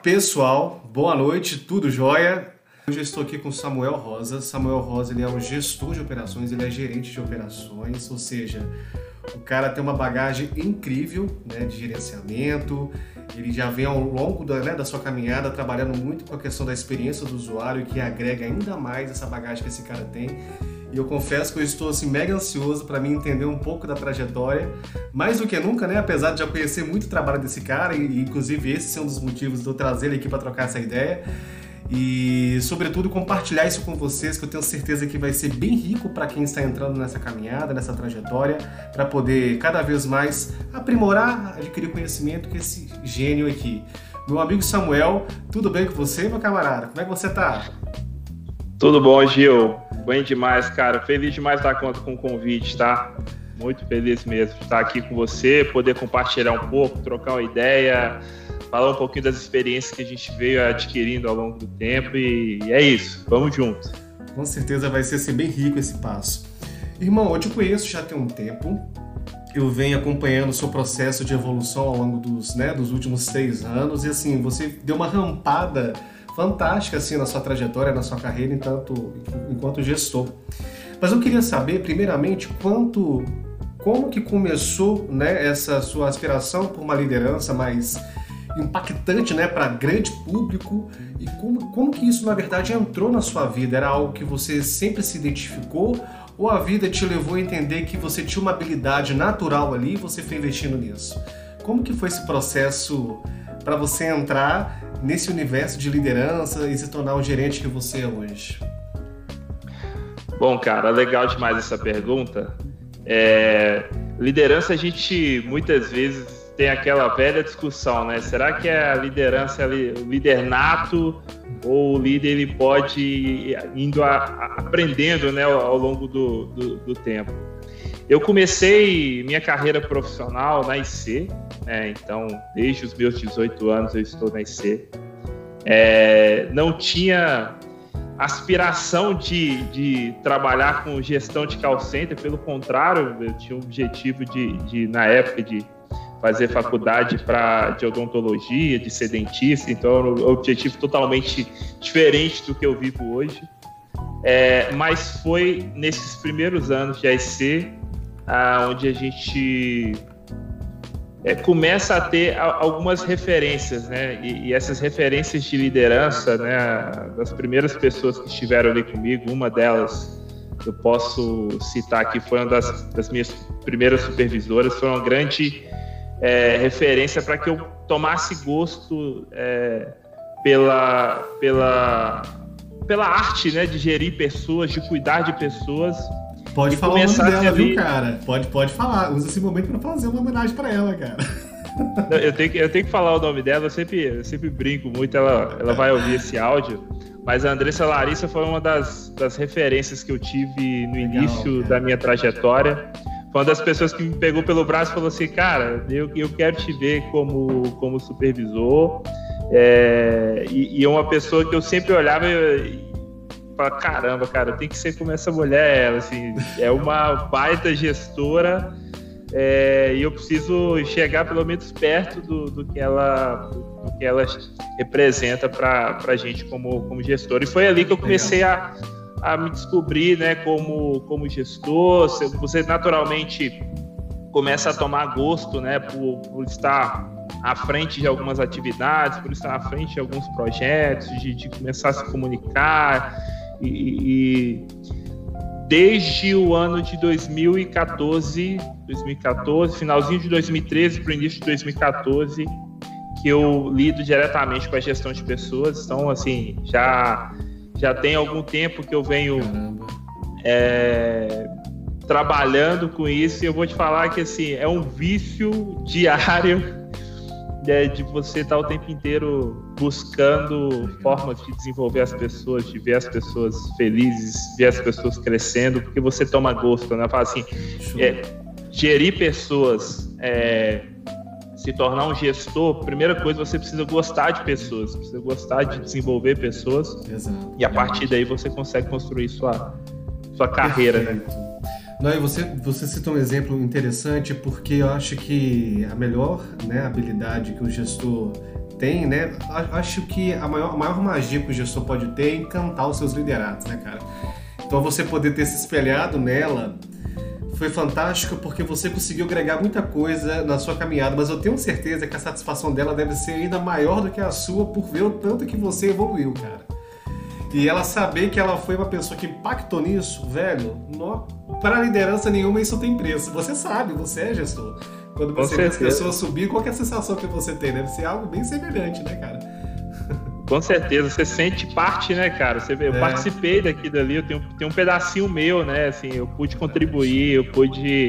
Pessoal, boa noite, tudo jóia? Hoje eu estou aqui com o Samuel Rosa. Samuel Rosa, ele é um gestor de operações, ele é gerente de operações, ou seja, o cara tem uma bagagem incrível, né, de gerenciamento. Ele já vem ao longo da sua caminhada trabalhando muito com a questão da experiência do usuário, que agrega ainda mais essa bagagem que esse cara tem. E eu confesso que eu estou assim, mega ansioso para mim entender um pouco da trajetória, mais do que nunca, né? Apesar de já conhecer muito o trabalho desse cara, e inclusive esse é um dos motivos de eu trazer ele aqui para trocar essa ideia. E, sobretudo, compartilhar isso com vocês, que eu tenho certeza que vai ser bem rico para quem está entrando nessa caminhada, nessa trajetória, para poder cada vez mais aprimorar, adquirir conhecimento com esse gênio aqui. Meu amigo Samuel, tudo bem com você, meu camarada? Como é que você tá? Tudo bom, Gil? Bem demais, cara. Feliz demais dar conta com o convite, tá? Muito feliz mesmo de estar aqui com você, poder compartilhar um pouco, trocar uma ideia, falar um pouquinho das experiências que a gente veio adquirindo ao longo do tempo e é isso, vamos juntos. Com certeza vai ser assim, bem rico esse passo. Irmão, eu te conheço já tem um tempo, eu venho acompanhando o seu processo de evolução ao longo dos últimos 6 anos e assim, você deu uma rampada fantástica assim, na sua trajetória, na sua carreira enquanto gestor. Mas eu queria saber, primeiramente, como que começou, né, essa sua aspiração por uma liderança mais impactante, né, para grande público e como que isso, na verdade, entrou na sua vida? Era algo que você sempre se identificou ou a vida te levou a entender que você tinha uma habilidade natural ali e você foi investindo nisso? Como que foi esse processo para você entrar nesse universo de liderança e se tornar o gerente que você é hoje? Bom, cara, legal demais essa pergunta. Liderança, a gente muitas vezes tem aquela velha discussão, né? Será que a liderança o líder nato ou o líder ele pode ir aprendendo, né, ao longo do tempo? Eu comecei minha carreira profissional na IC, né? Então desde os meus 18 anos eu estou na IC. Não tinha aspiração de trabalhar com gestão de call center, pelo contrário, eu tinha o objetivo na época de fazer faculdade de odontologia, de ser dentista, então era um objetivo totalmente diferente do que eu vivo hoje. Mas foi nesses primeiros anos de IC onde a gente começa a ter algumas referências, né? E essas referências de liderança, né? Das primeiras pessoas que estiveram ali comigo, uma delas eu posso citar aqui, foi uma das minhas primeiras supervisoras, foi uma grande referência para que eu tomasse gosto pela arte, né? De gerir pessoas, de cuidar de pessoas. Pode falar o nome dela, viu, cara? Pode falar. Usa esse momento para fazer uma homenagem para ela, cara. Eu tenho que falar o nome dela, eu sempre brinco muito, ela vai ouvir esse áudio, mas a Andressa Larissa foi uma das referências que eu tive no início da minha trajetória. Foi uma das pessoas que me pegou pelo braço e falou assim, cara, eu quero te ver como supervisor. E é uma pessoa que eu sempre olhava e falava, caramba, cara, tem que ser como essa mulher, ela, assim, é uma baita gestora, e eu preciso chegar pelo menos perto do que ela representa pra gente como gestor. E foi ali que eu comecei a me descobrir, né, como gestor. Você naturalmente começa a tomar gosto, né, por estar à frente de algumas atividades, por estar à frente de alguns projetos, de começar a se comunicar e desde o ano de 2014, finalzinho de 2013 para o início de 2014, que eu lido diretamente com a gestão de pessoas. Então, assim, já tem algum tempo que eu venho trabalhando com isso, e eu vou te falar que, assim, é um vício diário de você estar o tempo inteiro buscando formas de desenvolver as pessoas, de ver as pessoas felizes, ver as pessoas crescendo, porque você toma gosto, né? Fala assim, gerir pessoas, se tornar um gestor, primeira coisa, você precisa gostar de pessoas, precisa gostar de desenvolver pessoas. Exato. E a partir daí você consegue construir sua carreira, né? Não, e você cita um exemplo interessante, porque eu acho que a melhor, né, habilidade que o gestor tem, né? Acho que a maior magia que o gestor pode ter é encantar os seus liderados, né, cara? Então você poder ter se espelhado nela foi fantástico porque você conseguiu agregar muita coisa na sua caminhada, mas eu tenho certeza que a satisfação dela deve ser ainda maior do que a sua por ver o tanto que você evoluiu, cara. E ela saber que ela foi uma pessoa que impactou nisso, velho, para liderança nenhuma isso tem preço. Você sabe, você é gestor. Quando você vê as pessoas subir, qual que é a sensação que você tem? Deve ser algo bem semelhante, né, cara? Com certeza, você sente parte, né, cara? Eu participei dali, eu tenho um pedacinho meu, né? Assim, eu pude contribuir, eu pude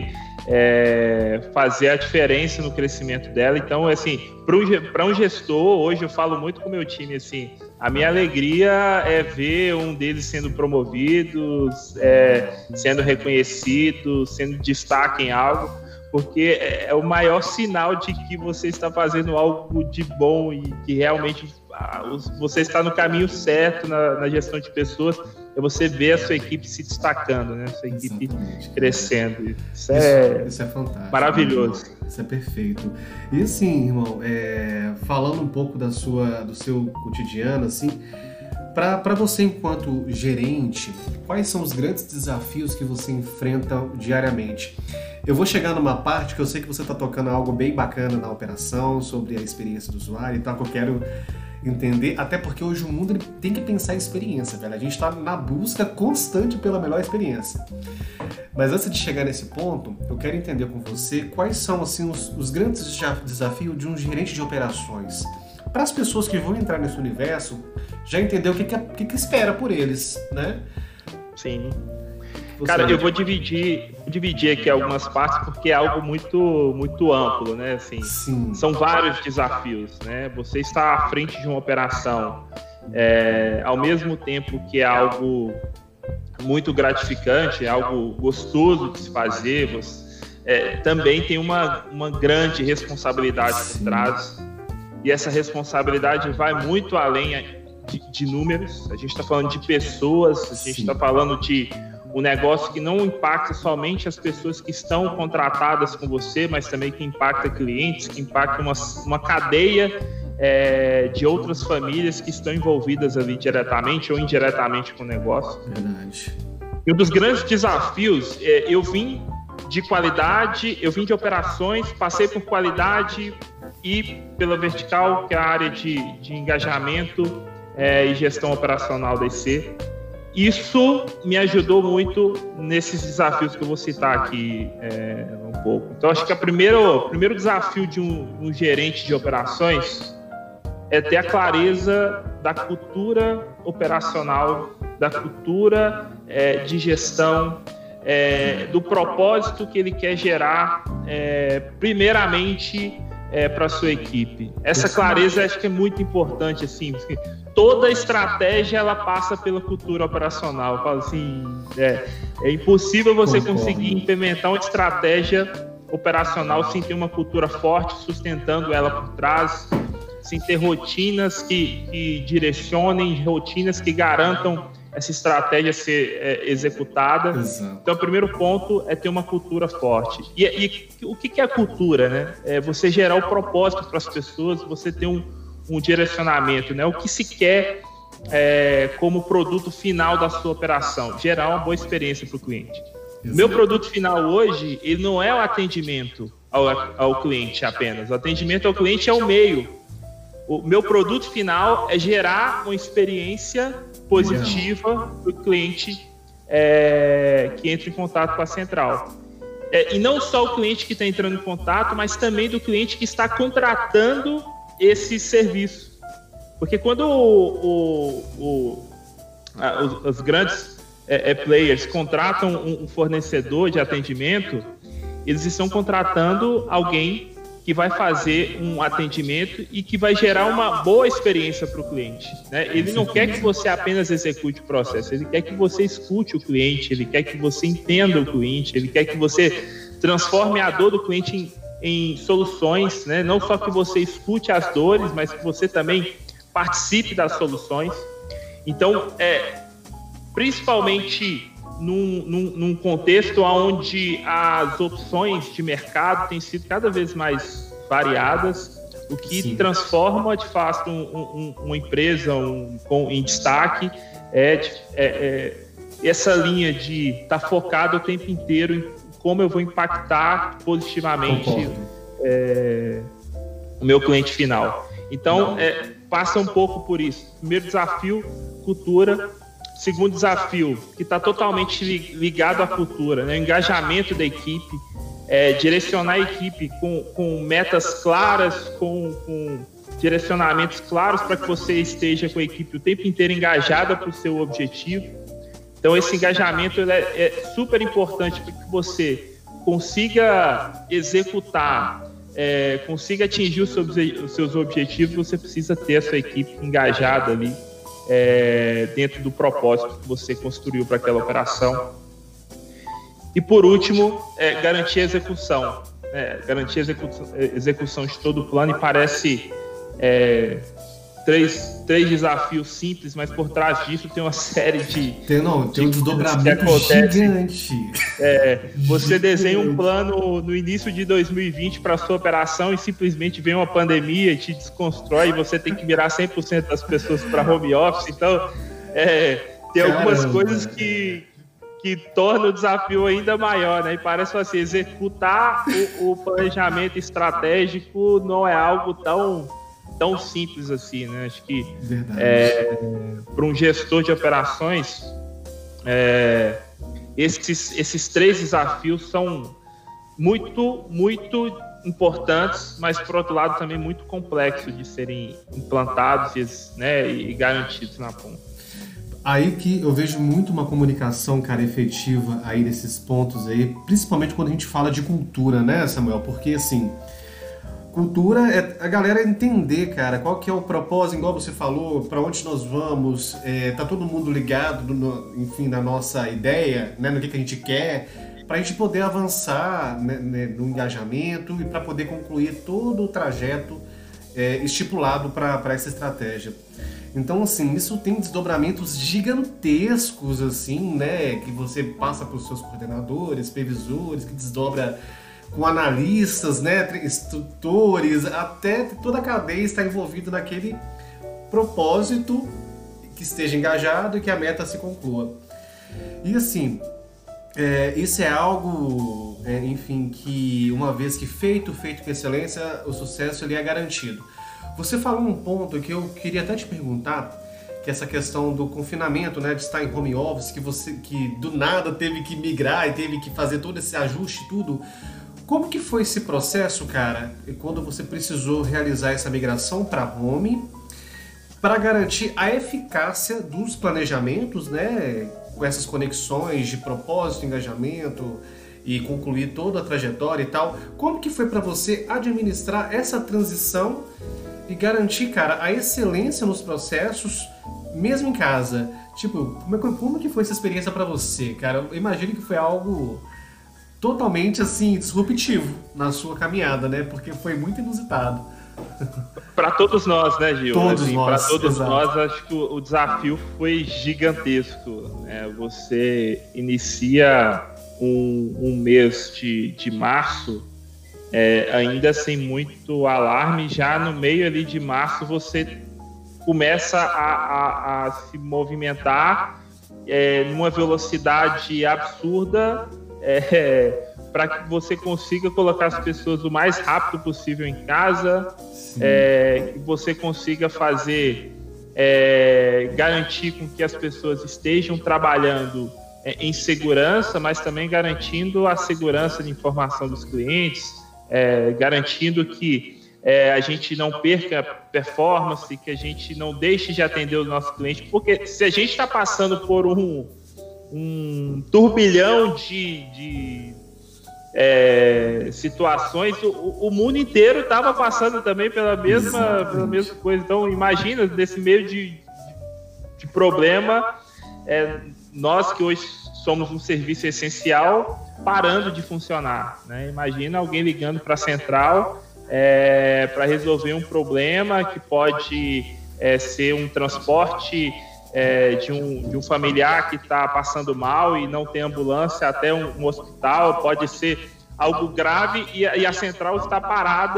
fazer a diferença no crescimento dela. Então, assim, para um gestor, hoje eu falo muito com o meu time, assim, a minha alegria é ver um deles sendo promovidos, sendo reconhecido, sendo destaque em algo, porque é o maior sinal de que você está fazendo algo de bom e que realmente você está no caminho certo na gestão de pessoas, é você ver a sua equipe se destacando, né? A sua equipe crescendo. Isso é fantástico. Maravilhoso. Isso é perfeito. E assim, irmão, falando um pouco do seu cotidiano, assim, para você enquanto gerente, quais são os grandes desafios que você enfrenta diariamente? Eu vou chegar numa parte que eu sei que você está tocando algo bem bacana na operação, sobre a experiência do usuário e tal, que eu quero entender, até porque hoje o mundo ele tem que pensar em experiência, velho. A gente está na busca constante pela melhor experiência. Mas antes de chegar nesse ponto, eu quero entender com você quais são assim, os grandes desafios de um gerente de operações. Para as pessoas que vão entrar nesse universo, já entender o que espera por eles, né? Sim. Cara, eu vou dividir aqui algumas partes porque é algo muito, muito amplo, né? Assim, sim. São vários desafios, né? Você está à frente de uma operação, ao mesmo tempo que é algo muito gratificante, é algo gostoso de se fazer, também tem uma grande responsabilidade por trás, e essa responsabilidade vai muito além de números. A gente está falando de pessoas, a gente está falando de um negócio que não impacta somente as pessoas que estão contratadas com você, mas também que impacta clientes, que impacta uma cadeia de outras famílias que estão envolvidas ali diretamente ou indiretamente com o negócio. Verdade. E um dos grandes desafios, eu vim de qualidade, eu vim de operações, passei por qualidade e pela vertical, que é a área de engajamento e gestão operacional da IC. Isso me ajudou muito nesses desafios que eu vou citar aqui um pouco. Então, acho que o primeiro desafio de um gerente de operações é ter a clareza da cultura operacional, da cultura de gestão, do propósito que ele quer gerar, primeiramente, para a sua equipe. Essa clareza acho que é muito importante, assim, porque toda estratégia ela passa pela cultura operacional. Eu falo assim, é impossível você conseguir implementar uma estratégia operacional sem ter uma cultura forte, sustentando ela por trás, sem ter rotinas que direcionem, rotinas que garantam essa estratégia ser executada. Exato. Então, o primeiro ponto é ter uma cultura forte. E o que é a cultura, né? É você gerar o propósito para as pessoas, você ter um direcionamento, né? O que se quer como produto final da sua operação, gerar uma boa experiência para o cliente. Exato. Meu produto final hoje, ele não é o atendimento ao cliente apenas. O atendimento ao cliente é o meio. O meu produto final é gerar uma experiência positiva para o cliente que entra em contato com a central. E não só o cliente que está entrando em contato, mas também do cliente que está contratando esse serviço. Porque quando os grandes players contratam um fornecedor de atendimento, eles estão contratando alguém que vai fazer um atendimento e que vai gerar uma boa experiência para o cliente, né? Ele não quer que você apenas execute o processo, ele quer que você escute o cliente, ele quer que você entenda o cliente, ele quer que você transforme a dor do cliente em soluções, né? Não só que você escute as dores, mas que você também participe das soluções. Então, principalmente num contexto onde as opções de mercado têm sido cada vez mais variadas, O que transforma, de fato, uma empresa em destaque é essa linha de estar focado o tempo inteiro em como eu vou impactar positivamente o meu cliente final. Então, passa um pouco por isso. Primeiro desafio, cultura. Segundo desafio, que está totalmente ligado à cultura, né? O engajamento da equipe, direcionar a equipe com metas claras, com direcionamentos claros para que você esteja com a equipe o tempo inteiro engajada para o seu objetivo. Então, esse engajamento é super importante para que você consiga executar, consiga atingir os seus objetivos. Você precisa ter a sua equipe engajada ali dentro do propósito que você construiu para aquela operação. E por último, garantir a execução. Garantir a execução de todo o plano, e parece três desafios simples, mas por trás disso tem uma série de... Tem um desdobramento gigante. Você desenha um plano no início de 2020 para a sua operação e simplesmente vem uma pandemia e te desconstrói, e você tem que virar 100% das pessoas para home office. Então, tem algumas coisas que tornam o desafio ainda maior, né? E parece assim, executar o planejamento estratégico não é algo tão simples assim, né? Acho que para um gestor de operações, esses três desafios são muito, muito importantes, mas por outro lado também muito complexos de serem implantados, né, e garantidos na ponta. Aí que eu vejo muito uma comunicação, cara, efetiva aí nesses pontos aí, principalmente quando a gente fala de cultura, né, Samuel? Porque assim, cultura é a galera entender, cara, qual que é o propósito, igual você falou, para onde nós vamos, tá todo mundo ligado, enfim, na nossa ideia, né, no que a gente quer, para a gente poder avançar, né, no engajamento e para poder concluir todo o trajeto estipulado para essa estratégia. Então, assim, isso tem desdobramentos gigantescos, assim, né, que você passa para os seus coordenadores, supervisores, que desdobra com analistas, né, instrutores, até toda a cadeia está envolvida naquele propósito, que esteja engajado e que a meta se conclua. E assim, isso é algo, enfim, que uma vez que feito com excelência, o sucesso ele é garantido. Você falou um ponto que eu queria até te perguntar, que é essa questão do confinamento, né, de estar em home office, que do nada teve que migrar e teve que fazer todo esse ajuste, tudo. Como que foi esse processo, cara, quando você precisou realizar essa migração para home, para garantir a eficácia dos planejamentos, né, com essas conexões de propósito, engajamento e concluir toda a trajetória e tal? Como que foi para você administrar essa transição e garantir, cara, a excelência nos processos, mesmo em casa? Tipo, como que foi essa experiência para você, cara? Eu imagino que foi algo totalmente, assim, disruptivo na sua caminhada, né? Porque foi muito inusitado. Para todos nós, né, Gil? Todos nós. Para todos exato. nós, acho que o desafio foi gigantesco, né? Você inicia um mês de março, ainda sem muito alarme. Já no meio ali de março, você começa a se movimentar numa velocidade absurda, para que você consiga colocar as pessoas o mais rápido possível em casa, que você consiga fazer, garantir com que as pessoas estejam trabalhando em segurança, mas também garantindo a segurança de informação dos clientes, garantindo que a gente não perca performance, que a gente não deixe de atender o nosso cliente, porque se a gente está passando por um turbilhão de situações, o mundo inteiro estava passando também pela mesma coisa. Então, imagina, nesse meio de problema, nós que hoje somos um serviço essencial parando de funcionar, né? Imagina alguém ligando para a central para resolver um problema que pode ser um transporte de um familiar que está passando mal e não tem ambulância até um hospital, pode ser algo grave e a central está parada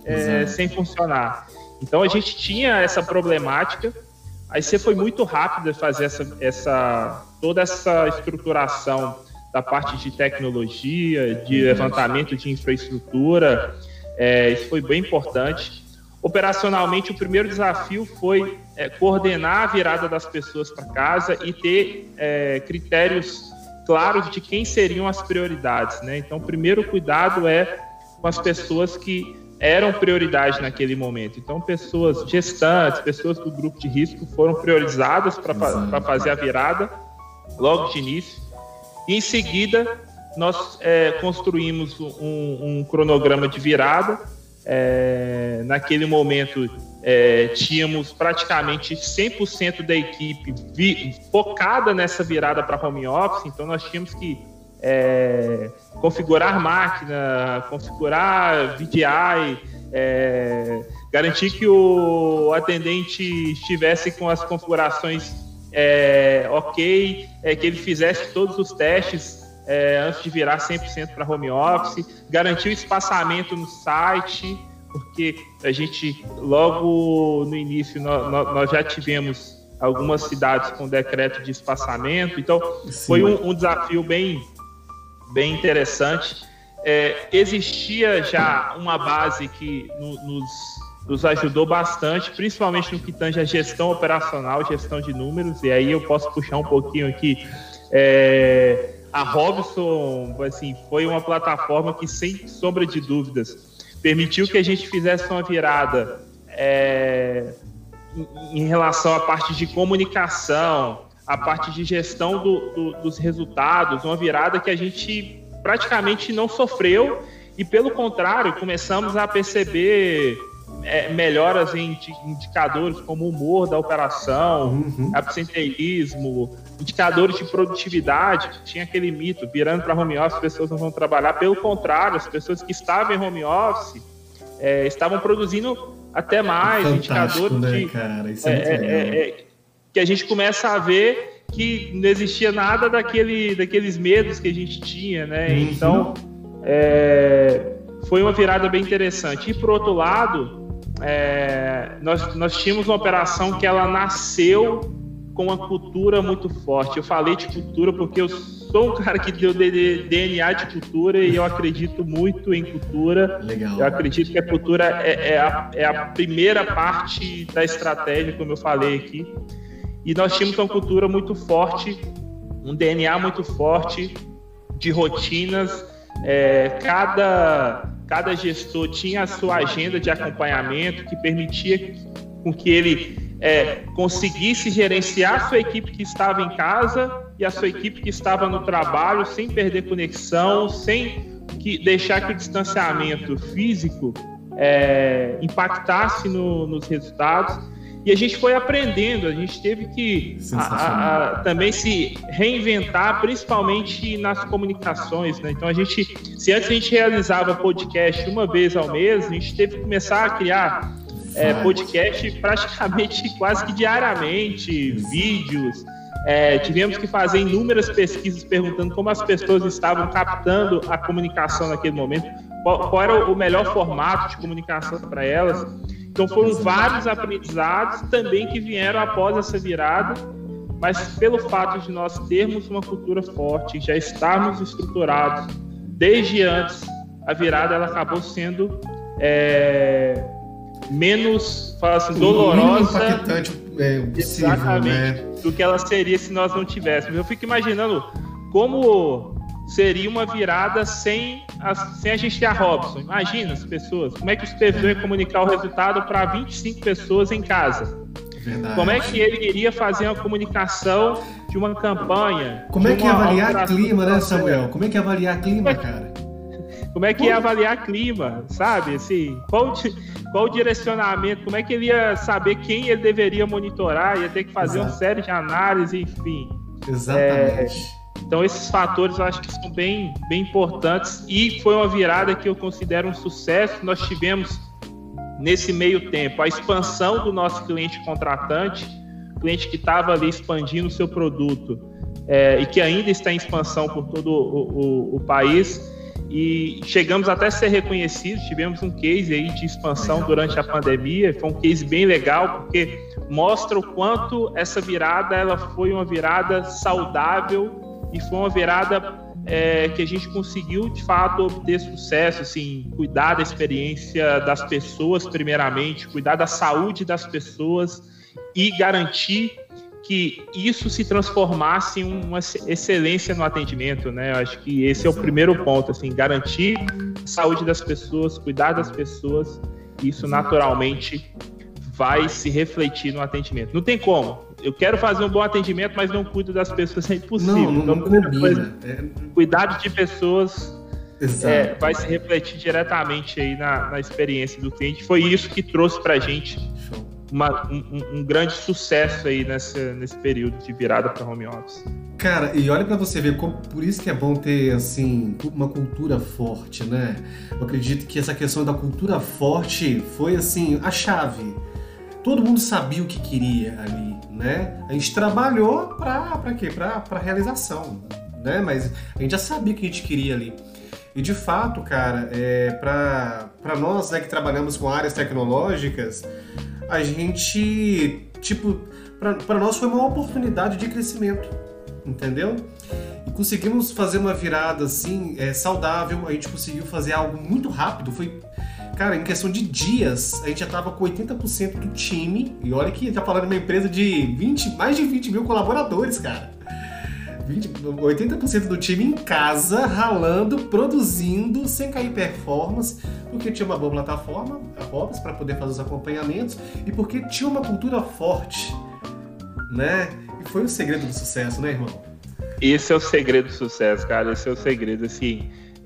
sem funcionar. Então a gente tinha essa problemática. A IC foi muito rápida em fazer toda essa estruturação da parte de tecnologia, de levantamento de infraestrutura. Isso foi bem importante. Operacionalmente, o primeiro desafio foi coordenar a virada das pessoas para casa e ter critérios claros de quem seriam as prioridades, né? Então, o primeiro cuidado é com as pessoas que eram prioridade naquele momento. Então, pessoas gestantes, pessoas do grupo de risco foram priorizadas para fazer a virada logo de início. E, em seguida, nós construímos um cronograma de virada. Naquele momento, tínhamos praticamente 100% da equipe focada nessa virada para home office. Então, nós tínhamos que configurar máquina, configurar VDI, garantir que o atendente estivesse com as configurações ok, que ele fizesse todos os testes antes de virar 100% para home office, garantir o espaçamento no site, porque a gente, logo no início, nós já tivemos algumas cidades com decreto de espaçamento, então foi um desafio bem interessante. Existia já uma base que nos ajudou bastante, principalmente no que tange a gestão operacional, gestão de números, e aí eu posso puxar um pouquinho aqui. A Robson, assim, foi uma plataforma que, sem sombra de dúvidas, permitiu que a gente fizesse uma virada em relação à parte de comunicação, a parte de gestão dos resultados, uma virada que a gente praticamente não sofreu e, pelo contrário, começamos a perceber melhoras em indicadores como o humor da operação, absenteísmo, indicadores de produtividade, que tinha aquele mito, virando para home office, as pessoas não vão trabalhar. Pelo contrário, as pessoas que estavam em home office estavam produzindo até mais. Fantástico, indicadores né, cara? Isso é muito legal. Que a gente começa a ver que não existia nada daqueles medos que a gente tinha, né? Então, foi uma virada bem interessante. E, por outro lado, nós tínhamos uma operação que ela nasceu com uma cultura muito forte. Eu falei de cultura porque eu sou um cara que deu DNA de cultura e eu acredito muito em cultura. Legal. Eu acredito que a cultura é a primeira parte da estratégia, como eu falei aqui. E nós tínhamos uma cultura muito forte, um DNA muito forte de rotinas. Cada gestor tinha a sua agenda de acompanhamento que permitia com que ele conseguisse gerenciar a sua equipe que estava em casa e a sua equipe que estava no trabalho sem perder conexão, sem deixar que o distanciamento físico impactasse nos resultados. E a gente foi aprendendo, a gente teve que também se reinventar, principalmente nas comunicações, né? Então, se antes a gente realizava podcast uma vez ao mês, a gente teve que começar a criar podcast praticamente quase que diariamente, vídeos. Tivemos que fazer inúmeras pesquisas perguntando como as pessoas estavam captando a comunicação naquele momento, qual era o melhor formato de comunicação para elas. Então foram vários aprendizados também que vieram após essa virada, mas pelo fato de nós termos uma cultura forte, já estarmos estruturados desde antes, a virada ela acabou sendo menos, dolorosa, impactante possível, exatamente, né? do que ela seria se nós não tivéssemos. Eu fico imaginando como seria uma virada sem a gente ter a Robson. Imagina as pessoas, como é que o supervisor ia comunicar o resultado para 25 pessoas em casa? Verdade. Como é que ele iria fazer uma comunicação de uma campanha? Como é que ia avaliar clima, né, Samuel? Como é que ia avaliar clima, cara? Como é que ia avaliar clima, sabe? Assim, qual o direcionamento? Como é que ele ia saber quem ele deveria monitorar? Ia ter que fazer uma série de análises, enfim. Exatamente. Então, esses fatores eu acho que são bem importantes e foi uma virada que eu considero um sucesso. Nós tivemos, nesse meio tempo, a expansão do nosso cliente contratante, cliente que estava ali expandindo o seu produto e que ainda está em expansão por todo o país. e chegamos até a ser reconhecidos, tivemos um case aí de expansão durante a pandemia, foi um case bem legal, porque mostra o quanto essa virada ela foi uma virada saudável e foi uma virada que a gente conseguiu, de fato, obter sucesso, assim, cuidar da experiência das pessoas, primeiramente, cuidar da saúde das pessoas e garantir que isso se transformasse em uma excelência no atendimento, né? Eu acho que esse é o primeiro ponto, assim, garantir a saúde das pessoas, cuidar das pessoas, e isso naturalmente vai se refletir no atendimento. Não tem como. Eu quero fazer um bom atendimento, mas não cuido das pessoas, é impossível. Não combina. Cuidado de pessoas vai se refletir diretamente aí na experiência do cliente. Foi isso que trouxe pra gente um grande sucesso aí nesse período de virada para home office. Cara, e olha para você ver, por isso que é bom ter, assim, uma cultura forte, né? Eu acredito que essa questão da cultura forte foi, assim, a chave. Todo mundo sabia o que queria ali, né? A gente trabalhou para quê? Para realização, né? Mas a gente já sabia o que a gente queria ali. E de fato, cara, para nós, né, que trabalhamos com áreas tecnológicas, a gente, tipo, para nós foi uma oportunidade de crescimento, entendeu? E conseguimos fazer uma virada assim, saudável, a gente conseguiu fazer algo muito rápido, cara, em questão de dias, a gente já estava com 80% do time, e olha que tá falando de uma empresa de mais de 20 mil colaboradores, cara. 80% do time em casa, ralando, produzindo, sem cair performance, porque tinha uma boa plataforma, a Hobbs, para poder fazer os acompanhamentos, e porque tinha uma cultura forte, né? E foi o segredo do sucesso, né, irmão? Esse é o segredo do sucesso, cara, esse é o segredo, assim,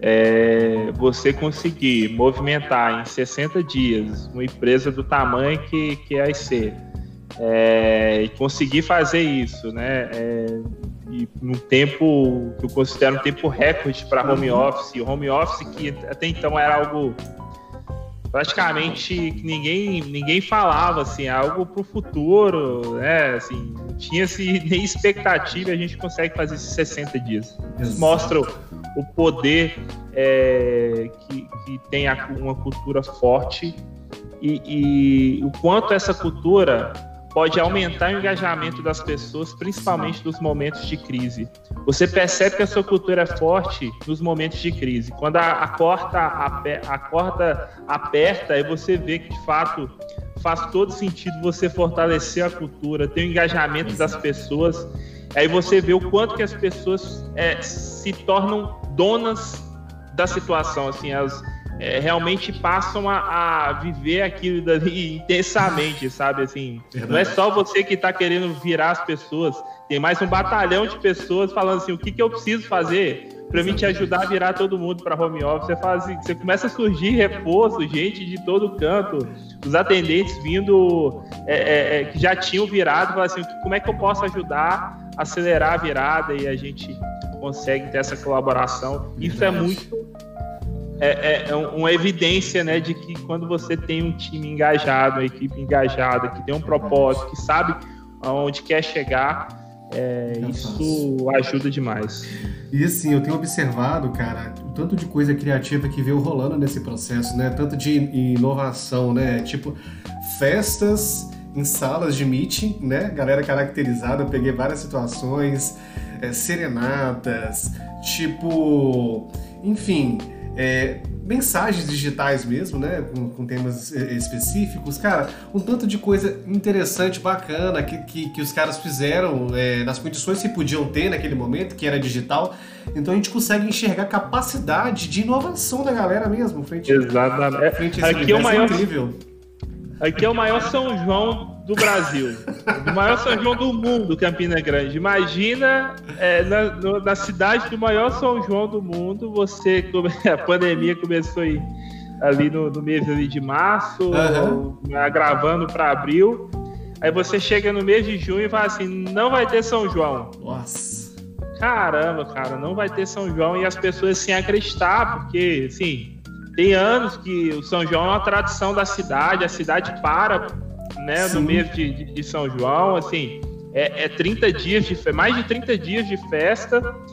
você conseguir movimentar em 60 dias uma empresa do tamanho que é a IC, e conseguir fazer isso, né? E num tempo que eu considero um tempo recorde para home office, o home office que até então era algo praticamente que ninguém falava, assim, algo para o futuro, né? Assim, não tinha nem expectativa, a gente consegue fazer esses 60 dias. Isso mostra o poder que tem uma cultura forte e o quanto essa cultura pode aumentar o engajamento das pessoas, principalmente nos momentos de crise. Você percebe que a sua cultura é forte nos momentos de crise. Quando a corda aperta, aí você vê que, de fato, faz todo sentido você fortalecer a cultura, ter o engajamento das pessoas. Aí você vê o quanto que as pessoas se tornam donas da situação, assim, elas realmente passam a viver aquilo dali intensamente, sabe? Assim, não é só você que está querendo virar as pessoas, tem mais um batalhão de pessoas falando assim, o que eu preciso fazer para mim te ajudar a virar todo mundo para home office. Você fala assim, você começa a surgir reforço, gente de todo canto, os atendentes vindo que já tinham virado, falam assim, como é que eu posso ajudar a acelerar a virada, e a gente consegue ter essa colaboração. Isso é muito uma evidência, né, de que quando você tem um time engajado, uma equipe engajada, que tem um propósito, que sabe aonde quer chegar, isso ajuda demais. E assim, eu tenho observado, cara, o tanto de coisa criativa que veio rolando nesse processo, né? Tanto de inovação, né? Tipo, festas em salas de meeting, né? Galera caracterizada, eu peguei várias situações, serenatas, tipo, enfim, mensagens digitais mesmo, né? Com temas específicos. Cara, um tanto de coisa interessante, bacana, que os caras fizeram nas condições que podiam ter naquele momento, que era digital. Então a gente consegue enxergar a capacidade de inovação da galera mesmo. Exatamente. Frente a esse universo incrível. Aqui é o maior São João do Brasil, o maior São João do mundo, Campina Grande. Imagina na cidade do maior São João do mundo, a pandemia começou aí, ali no mês ali de março, agravando para abril. Aí você chega no mês de junho e fala assim, não vai ter São João. Nossa. Caramba, cara, não vai ter São João, e as pessoas sem acreditar, porque, assim, tem anos que o São João é uma tradição da cidade, a cidade para, né, no mês de São João, assim, 30 dias mais de 30 dias de festa,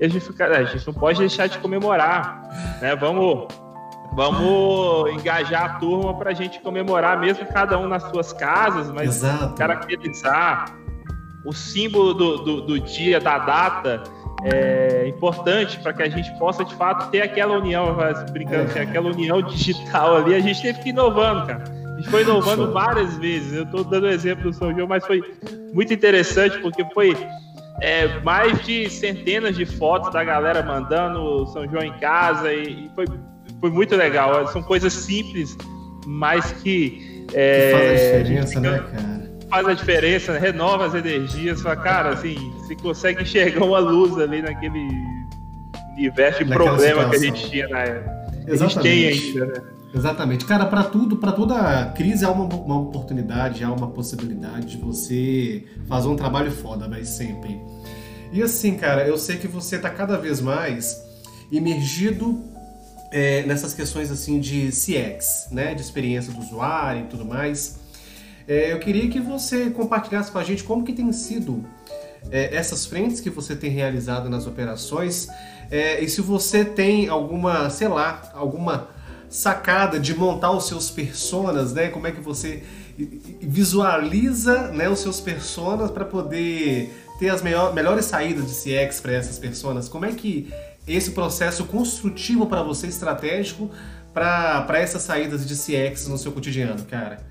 e a gente não pode deixar de comemorar, né? Vamos engajar a turma para a gente comemorar, mesmo cada um nas suas casas, mas caracterizar o símbolo do dia, da data, é importante para que a gente possa, de fato, ter aquela união, brincando, aquela união digital ali. A gente teve que ir inovando, cara. A gente foi inovando várias vezes. Eu estou dando o exemplo do São João, mas foi muito interessante, porque foi mais de centenas de fotos da galera mandando o São João em casa, e foi muito legal. São coisas simples, mas que faz a diferença, né, cara? Faz a diferença, renova as energias. Cara, assim, você consegue enxergar uma luz ali naquele universo de problema que a gente tinha na época. Exatamente. A gente tem ainda, né? Exatamente. Cara, para toda crise há uma oportunidade, há uma possibilidade de você fazer um trabalho foda, mas sempre. E assim, cara, eu sei que você tá cada vez mais imergido nessas questões assim de CX, né, de experiência do usuário e tudo mais. Eu queria que você compartilhasse com a gente como que tem sido essas frentes que você tem realizado nas operações, e se você tem alguma, sei lá, alguma sacada de montar os seus personas, né? Como é que você visualiza, né, os seus personas para poder ter as melhores saídas de CX para essas personas? Como é que esse processo construtivo para você, estratégico, para essas saídas de CX no seu cotidiano, cara?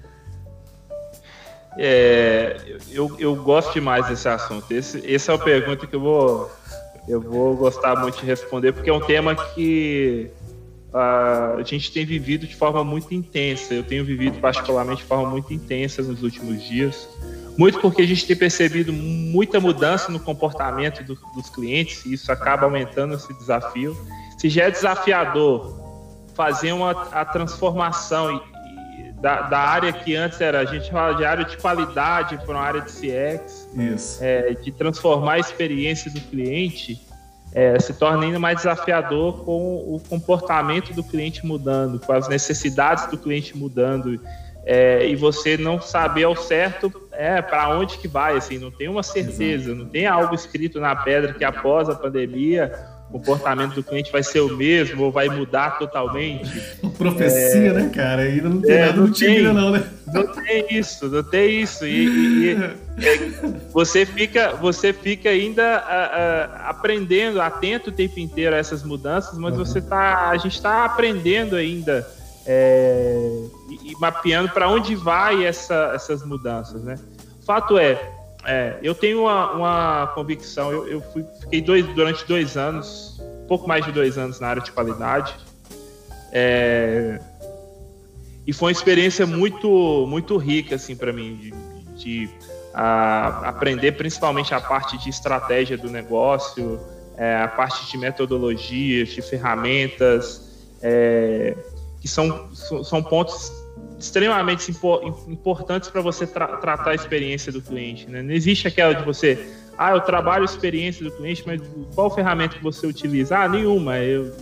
Eu gosto demais desse assunto. Essa é uma pergunta que eu vou gostar muito de responder, porque é um tema que a gente tem vivido de forma muito intensa. Eu tenho vivido particularmente de forma muito intensa nos últimos dias, muito porque a gente tem percebido muita mudança no comportamento dos clientes, e isso acaba aumentando esse desafio. Se já é desafiador fazer a transformação da área que antes a gente fala de área de qualidade para uma área de CX, de transformar a experiência do cliente, se torna ainda mais desafiador com o comportamento do cliente mudando, com as necessidades do cliente mudando, e você não saber ao certo para onde que vai, assim, não tem uma certeza, não tem algo escrito na pedra que após a pandemia o comportamento do cliente vai ser o mesmo ou vai mudar totalmente. Profecia, né, cara? Ainda não tem nada no time, não, né? Não tem isso. E você fica ainda aprendendo, atento o tempo inteiro a essas mudanças, mas a gente está aprendendo ainda e mapeando para onde vai essas mudanças, né? O fato eu tenho uma convicção. Eu fiquei durante 2 anos, pouco mais de 2 anos na área de qualidade, e foi uma experiência muito, muito rica assim, para mim, de aprender principalmente a parte de estratégia do negócio, a parte de metodologias, de ferramentas, que são pontos extremamente importantes para você tratar a experiência do cliente, né? Não existe aquela de você, eu trabalho a experiência do cliente, mas qual ferramenta que você utiliza? Nenhuma.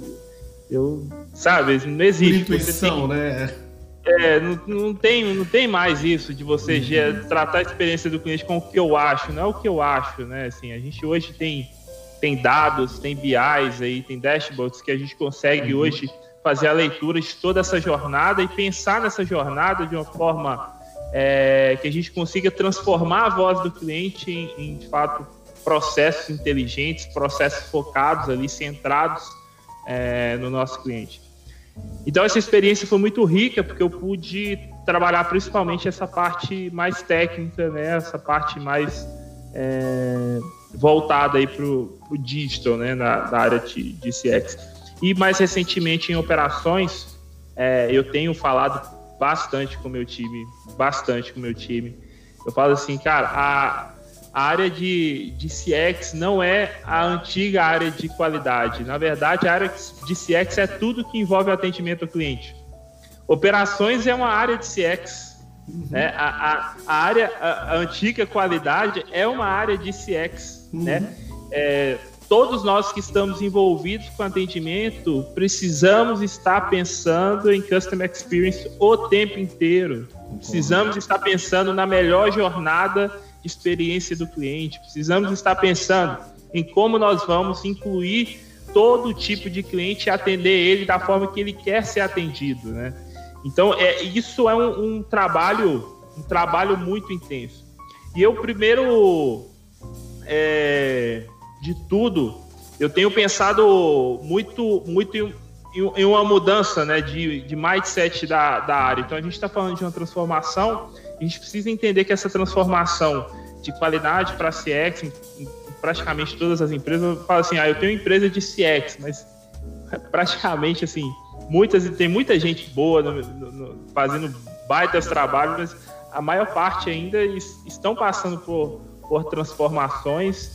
Sabe, não existe. Intuição, né? Não tem mais isso de você tratar a experiência do cliente com o que eu acho, não é o que eu acho, né? Assim, a gente hoje tem dados, tem BIs aí, tem dashboards que a gente consegue hoje fazer a leitura de toda essa jornada e pensar nessa jornada de uma forma que a gente consiga transformar a voz do cliente em de fato, processos inteligentes, processos focados ali, centrados no nosso cliente. Então, essa experiência foi muito rica, porque eu pude trabalhar principalmente essa parte mais técnica, né? Essa parte mais voltada aí para o digital, né? Na área de CX. E mais recentemente em operações, eu tenho falado bastante com o meu time. Eu falo assim, cara, a área de CX não é a antiga área de qualidade. Na verdade, a área de CX é tudo que envolve o atendimento ao cliente. Operações é uma área de CX. Né? A antiga qualidade é uma área de CX. Né? Todos nós que estamos envolvidos com atendimento precisamos estar pensando em Customer Experience o tempo inteiro. Precisamos estar pensando na melhor jornada de experiência do cliente. Precisamos estar pensando em como nós vamos incluir todo tipo de cliente e atender ele da forma que ele quer ser atendido, né? Então, isso é um trabalho muito intenso. E eu, primeiro de tudo, eu tenho pensado muito em uma mudança, né, de mindset da área. Então, a gente está falando de uma transformação, a gente precisa entender que essa transformação de qualidade para CX, em praticamente todas as empresas, eu falo assim, eu tenho empresa de CX, mas praticamente, assim, tem muita gente boa fazendo baitas trabalhos, mas a maior parte ainda estão passando por transformações,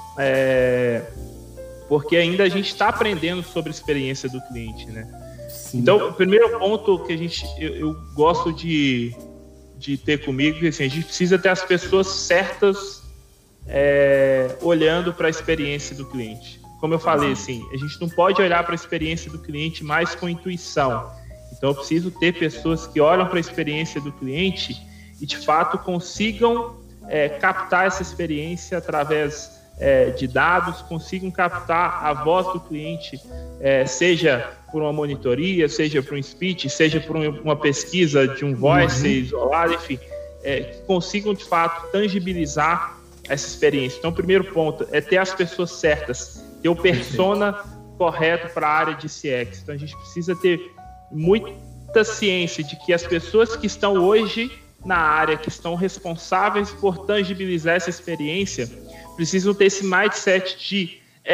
porque ainda a gente está aprendendo sobre a experiência do cliente, né? Sim. Então, o primeiro ponto que eu gosto de ter comigo, assim, a gente precisa ter as pessoas certas olhando para a experiência do cliente. Como eu falei, assim, a gente não pode olhar para a experiência do cliente mais com intuição. Então, eu preciso ter pessoas que olham para a experiência do cliente e, de fato, consigam captar essa experiência através de dados, consigam captar a voz do cliente, seja por uma monitoria, seja por um speech, seja por uma pesquisa de um voice isolado, enfim, que consigam, de fato, tangibilizar essa experiência. Então, o primeiro ponto é ter as pessoas certas, ter o persona correto para a área de CX. Então, a gente precisa ter muita ciência de que as pessoas que estão hoje na área, que estão responsáveis por tangibilizar essa experiência, precisam ter esse mindset de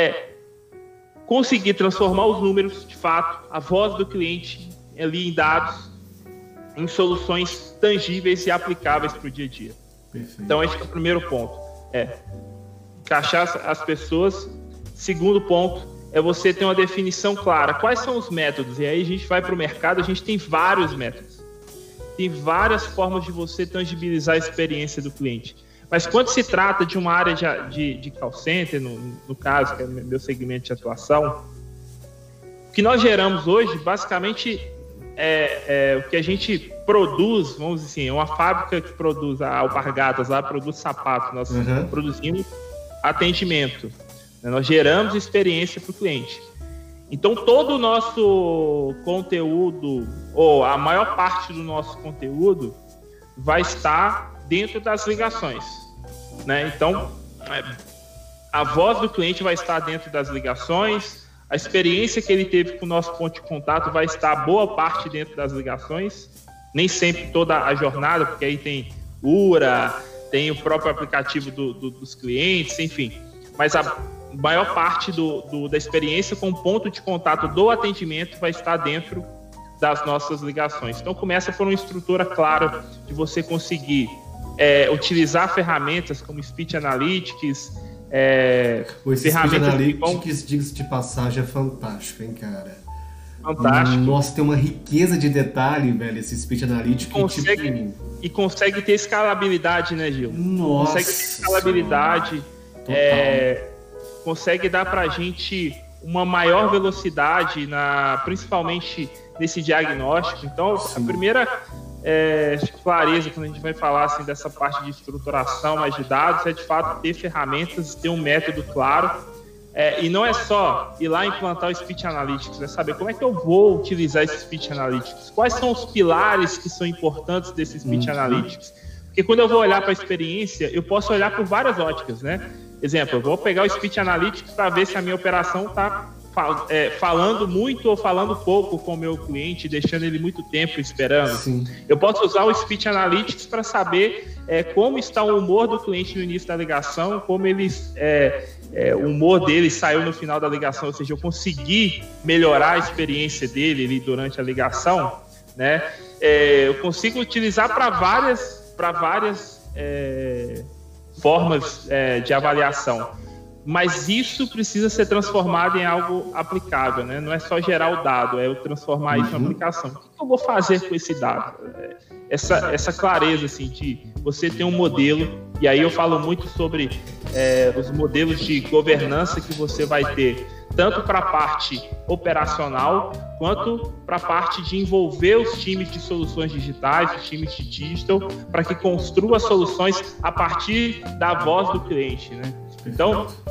conseguir transformar os números, de fato, a voz do cliente ali em dados, em soluções tangíveis e aplicáveis para o dia a dia. Perfeito. Então, esse é o primeiro ponto. Encaixar as pessoas. Segundo ponto é você ter uma definição clara. Quais são os métodos? E aí a gente vai para o mercado, a gente tem vários métodos. Tem várias formas de você tangibilizar a experiência do cliente. Mas quando se trata de uma área de call center, no caso, que é o meu segmento de atuação, o que nós geramos hoje, basicamente, o que a gente produz, vamos dizer assim, é uma fábrica que produz alpargatas, lá produz sapatos, nós produzimos atendimento, né? Nós geramos experiência para o cliente. Então, todo o nosso conteúdo, ou a maior parte do nosso conteúdo, vai estar dentro das ligações, né? Então, a voz do cliente vai estar dentro das ligações, a experiência que ele teve com o nosso ponto de contato vai estar boa parte dentro das ligações, nem sempre toda a jornada, porque aí tem URA, tem o próprio aplicativo dos clientes, enfim, mas a maior parte da experiência com o ponto de contato do atendimento vai estar dentro das nossas ligações. Então, começa por uma estrutura clara de você conseguir utilizar ferramentas como Speech Analytics, esse Speech Analytics, diga-se de passagem, é fantástico, hein, cara? Fantástico. Nossa, tem uma riqueza de detalhe, velho, esse Speech Analytics. E consegue ter escalabilidade, né, Gil? Nossa. Consegue ter escalabilidade, consegue dar pra gente uma maior velocidade, principalmente nesse diagnóstico. Então, sim, a primeira clareza, quando a gente vai falar assim, dessa parte de estruturação, mais de dados, é de fato ter ferramentas, ter um método claro, e não é só ir lá implantar o Speech Analytics, é saber como é que eu vou utilizar esse Speech Analytics, quais são os pilares que são importantes desse Speech Analytics, porque quando eu vou olhar para a experiência, eu posso olhar por várias óticas, né? Exemplo, eu vou pegar o Speech Analytics para ver se a minha operação está falando muito ou falando pouco com o meu cliente, deixando ele muito tempo esperando. Sim. Eu posso usar o Speech Analytics para saber como está o humor do cliente no início da ligação, como o humor dele saiu no final da ligação, ou seja, eu consegui melhorar a experiência dele ali durante a ligação, né? Eu consigo utilizar para várias formas de avaliação. Mas isso precisa ser transformado em algo aplicável, né? Não é só gerar o dado, é eu transformar isso em aplicação. O que eu vou fazer com esse dado? Essa clareza, assim, de você ter um modelo, e aí eu falo muito sobre os modelos de governança que você vai ter, tanto para a parte operacional, quanto para a parte de envolver os times de soluções digitais, os times de digital, para que construa soluções a partir da voz do cliente, né? Então,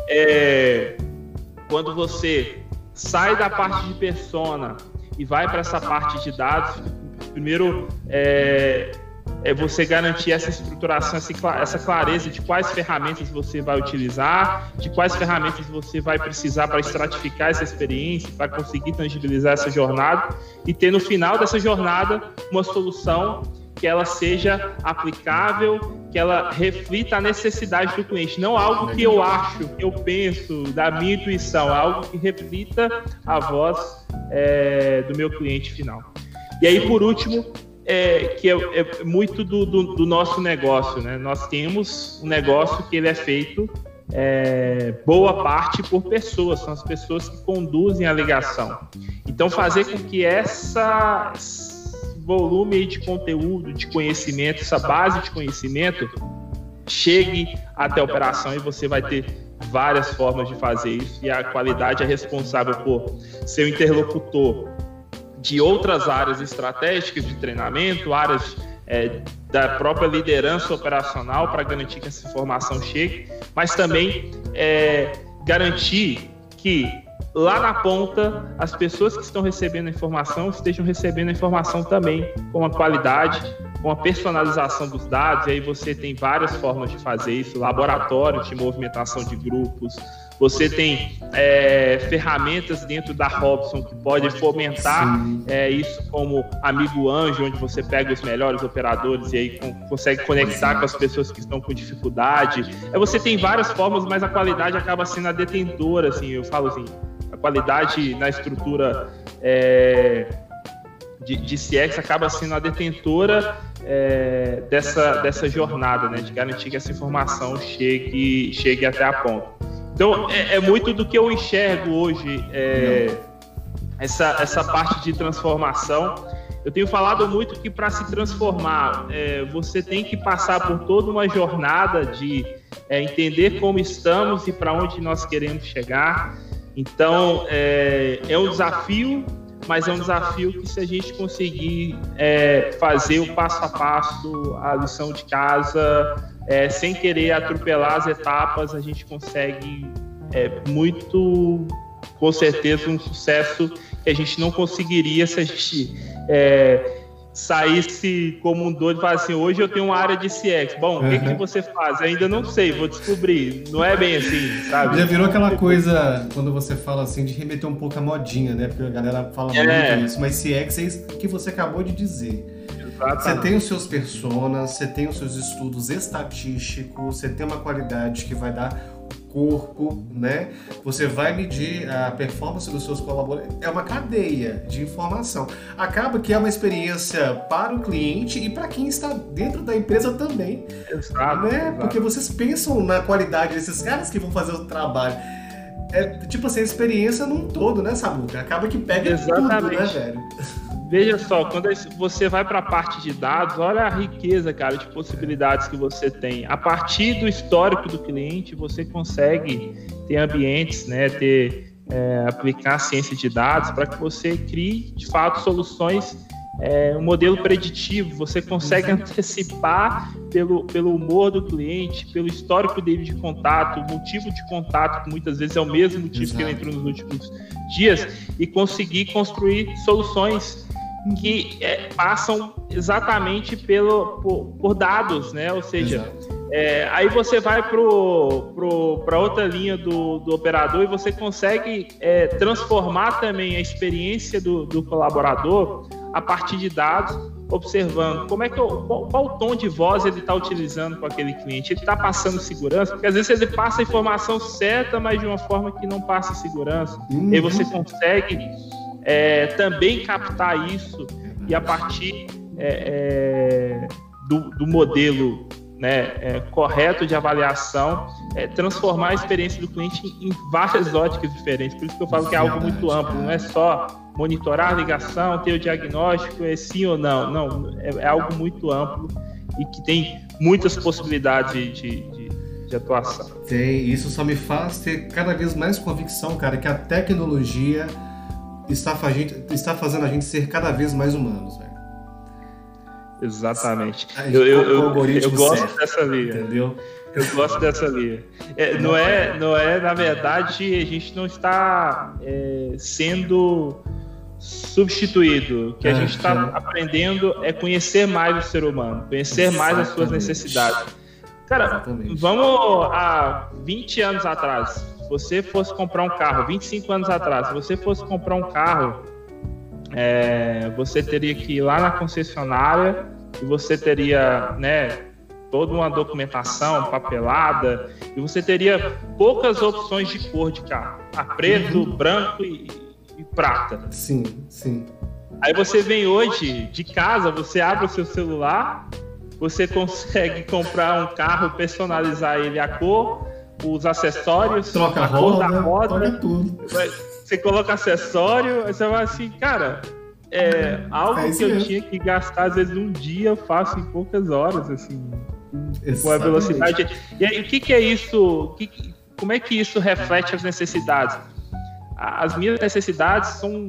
quando você sai da parte de persona e vai para essa parte de dados, primeiro é você garantir essa estruturação, essa clareza de quais ferramentas você vai utilizar, de quais ferramentas você vai precisar para estratificar essa experiência, para conseguir tangibilizar essa jornada e ter no final dessa jornada uma solução que ela seja aplicável, que ela reflita a necessidade do cliente, não algo que eu acho, que eu penso, da minha intuição, algo que reflita a voz do meu cliente final. E aí, por último, que é muito do nosso negócio, né? Nós temos um negócio que ele é feito boa parte por pessoas, são as pessoas que conduzem a ligação. Então, fazer com que esse volume aí de conteúdo, de conhecimento, essa base de conhecimento chegue até a operação, e você vai ter várias formas de fazer isso, e a qualidade é responsável por ser o interlocutor de outras áreas estratégicas de treinamento, áreas da própria liderança operacional para garantir que essa informação chegue, mas também garantir que lá na ponta as pessoas que estão recebendo a informação estejam recebendo a informação também com a qualidade, com a personalização dos dados. E aí você tem várias formas de fazer isso, laboratórios de movimentação de grupos, você tem ferramentas dentro da Robson que podem fomentar isso, como Amigo Anjo, onde você pega os melhores operadores e aí consegue conectar com as pessoas que estão com dificuldade. Você tem várias formas, mas a qualidade acaba sendo a detentora, assim, eu falo assim, a qualidade na estrutura de CX acaba sendo a detentora dessa jornada, né, de garantir que essa informação chegue até a ponta. Então, é muito do que eu enxergo hoje, essa parte de transformação. Eu tenho falado muito que para se transformar, você tem que passar por toda uma jornada de entender como estamos e para onde nós queremos chegar. Então, é um desafio, mas é um desafio que, se a gente conseguir fazer o passo a passo, a lição de casa, sem querer atropelar as etapas, a gente consegue muito, com certeza, um sucesso que a gente não conseguiria se a gente saísse como um doido e falasse assim: hoje eu tenho uma área de CX. Bom, o que você faz? Ainda não sei, vou descobrir. Não é bem assim, sabe? Já virou aquela coisa, quando você fala assim, de remeter um pouco a modinha, né? Porque a galera fala muito isso, mas CX é isso que você acabou de dizer. Você tem os seus personas, você tem os seus estudos estatísticos, você tem uma qualidade que vai dar corpo, né? Você vai medir a performance dos seus colaboradores. É uma cadeia de informação. Acaba que é uma experiência para o cliente e para quem está dentro da empresa também. Exato, né? exato. Porque vocês pensam na qualidade desses caras que vão fazer o trabalho. Tipo assim, a experiência num todo, né, Samuca? Acaba que pega tudo, né, velho? Veja só, quando você vai para a parte de dados, olha a riqueza, cara, de possibilidades que você tem. A partir do histórico do cliente, você consegue ter ambientes, né, aplicar a ciência de dados para que você crie, de fato, soluções, um modelo preditivo. Você consegue antecipar pelo humor do cliente, pelo histórico dele de contato, o motivo de contato, que muitas vezes é o mesmo motivo que ele entrou nos últimos dias, e conseguir construir soluções que passam exatamente por dados, né? Ou seja, aí você vai para outra linha do operador e você consegue transformar também a experiência do colaborador a partir de dados, observando qual o tom de voz ele está utilizando com aquele cliente. Ele está passando segurança, porque às vezes ele passa a informação certa, mas de uma forma que não passa segurança. E aí você consegue também captar isso e, a partir do modelo, né, correto de avaliação, transformar a experiência do cliente em várias óticas diferentes. Por isso que eu falo que é algo muito amplo, não é só monitorar a ligação, ter o diagnóstico, sim ou não. Não, é algo muito amplo e que tem muitas possibilidades de atuação. Tem, isso só me faz ter cada vez mais convicção, cara, que a tecnologia está fazendo a gente ser cada vez mais humanos, velho. Exatamente. Eu gosto dessa linha. Entendeu? Eu gosto dessa linha. Não é, na verdade, a gente não está sendo substituído. O que a gente está aprendendo é conhecer mais o ser humano, conhecer mais as suas necessidades. Cara, vamos há 20 anos atrás, se você fosse comprar um carro, 25 anos atrás, se você fosse comprar um carro, você teria que ir lá na concessionária e você teria, toda uma documentação, papelada, e você teria poucas opções de cor de carro. Preto, branco e prata. Sim, sim. Aí você vem hoje de casa, você abre o seu celular, você consegue comprar um carro, personalizar ele a cor, os acessórios, troca a cor da roda, troca tudo. Você coloca acessório, aí você vai assim, cara, algo que eu tinha que gastar às vezes um dia, eu faço em poucas horas, assim, com a velocidade. E aí, o que é isso? Como é que isso reflete as necessidades? As minhas necessidades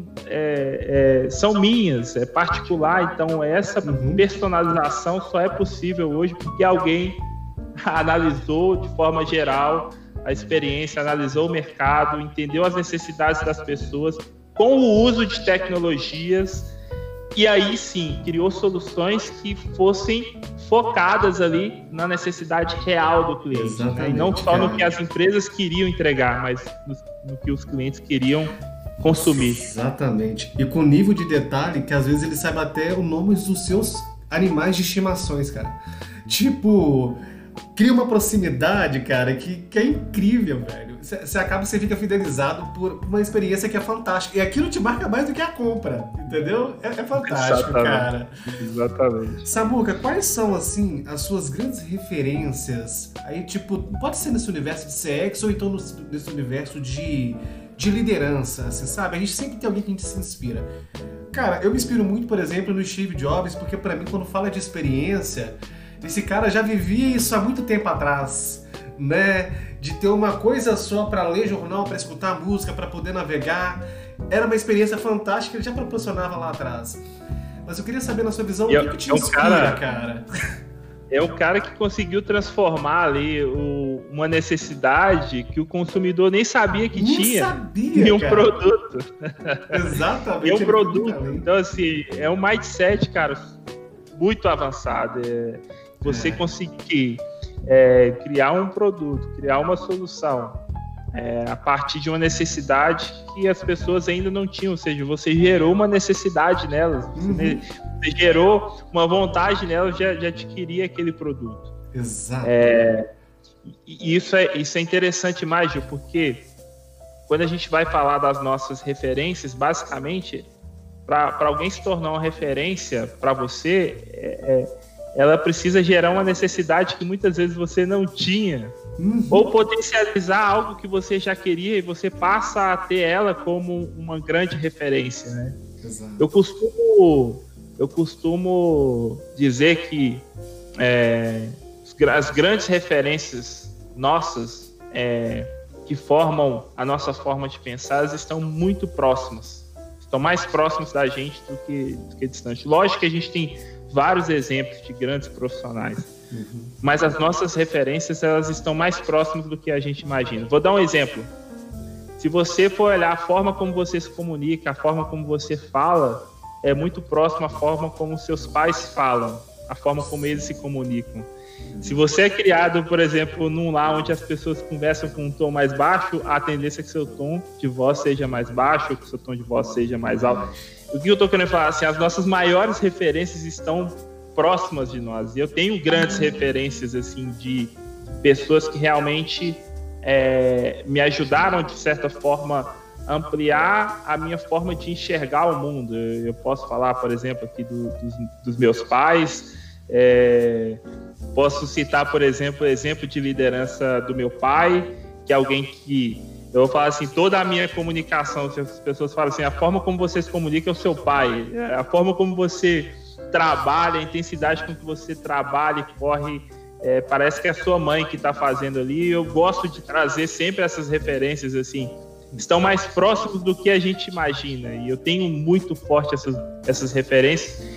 são minhas, é particular, então essa personalização só é possível hoje porque alguém analisou de forma geral a experiência, analisou o mercado, entendeu as necessidades das pessoas com o uso de tecnologias e aí sim criou soluções que fossem focadas ali na necessidade real do cliente. Exatamente, e não só no que as empresas queriam entregar, mas no que os clientes queriam consumir. Exatamente. E com nível de detalhe que às vezes ele sabe até o nome dos seus animais de estimações, cara. Tipo, cria uma proximidade, cara, que é incrível, velho. Você fica fidelizado por uma experiência que é fantástica. E aquilo te marca mais do que a compra, entendeu? É fantástico, cara. Exatamente. Samuca, quais são, assim, as suas grandes referências? Aí, tipo, pode ser nesse universo de CX ou então nesse universo de liderança, assim, sabe? A gente sempre tem alguém que a gente se inspira. Cara, eu me inspiro muito, por exemplo, no Steve Jobs, porque pra mim, quando fala de experiência, esse cara já vivia isso há muito tempo atrás, né? De ter uma coisa só para ler jornal, para escutar música, para poder navegar. Era uma experiência fantástica que ele já proporcionava lá atrás. Mas eu queria saber, na sua visão, o que te inspira, cara? É um cara que conseguiu transformar ali uma necessidade que o consumidor nem sabia que tinha em um produto. Exatamente. Em um produto. Então, assim, é um mindset, cara, muito avançado. Você conseguir criar um produto, criar uma solução a partir de uma necessidade que as pessoas ainda não tinham, ou seja, você gerou uma necessidade nelas, você gerou uma vontade nelas de adquirir aquele produto. Exato. E isso é interessante, Mágio, porque quando a gente vai falar das nossas referências, basicamente, para alguém se tornar uma referência para você, ela precisa gerar uma necessidade que muitas vezes você não tinha, ou potencializar algo que você já queria e você passa a ter ela como uma grande referência, né? Exato. Eu costumo dizer que as grandes referências nossas que formam a nossa forma de pensar, elas estão muito próximas, estão mais próximos da gente do que distante. Lógico que a gente tem vários exemplos de grandes profissionais, mas as nossas referências, elas estão mais próximas do que a gente imagina. Vou dar um exemplo. Se você for olhar a forma como você se comunica, a forma como você fala, é muito próxima à forma como seus pais falam, a forma como eles se comunicam. Se você é criado, por exemplo, num lar onde as pessoas conversam com um tom mais baixo, a tendência é que seu tom de voz seja mais baixo, ou que seu tom de voz seja mais alto. O que eu estou querendo falar? Assim, as nossas maiores referências estão próximas de nós. E eu tenho grandes referências assim, de pessoas que realmente me ajudaram, de certa forma, a ampliar a minha forma de enxergar o mundo. Eu posso falar, por exemplo, aqui dos meus pais. Posso citar, por exemplo, o exemplo de liderança do meu pai, que é alguém que... Eu vou falar assim, toda a minha comunicação, se as pessoas falam assim, a forma como você se comunica é o seu pai, a forma como você trabalha, a intensidade com que você trabalha e corre, parece que é a sua mãe que está fazendo ali. Eu gosto de trazer sempre essas referências, assim, estão mais próximos do que a gente imagina, e eu tenho muito forte essas referências,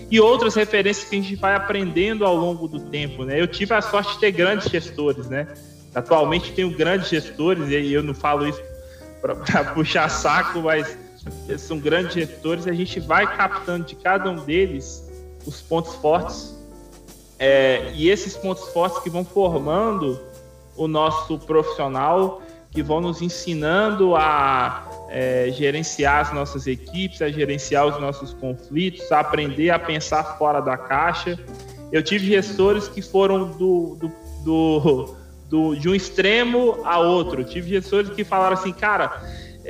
e outras referências que a gente vai aprendendo ao longo do tempo, né? Eu tive a sorte de ter grandes gestores, né? Atualmente tenho grandes gestores, e eu não falo isso para puxar saco, mas são grandes gestores, e a gente vai captando de cada um deles os pontos fortes, e esses pontos fortes que vão formando o nosso profissional, que vão nos ensinando a gerenciar as nossas equipes, a gerenciar os nossos conflitos, a aprender a pensar fora da caixa. Eu tive gestores que foram de um extremo a outro. Eu tive gestores que falaram assim, cara,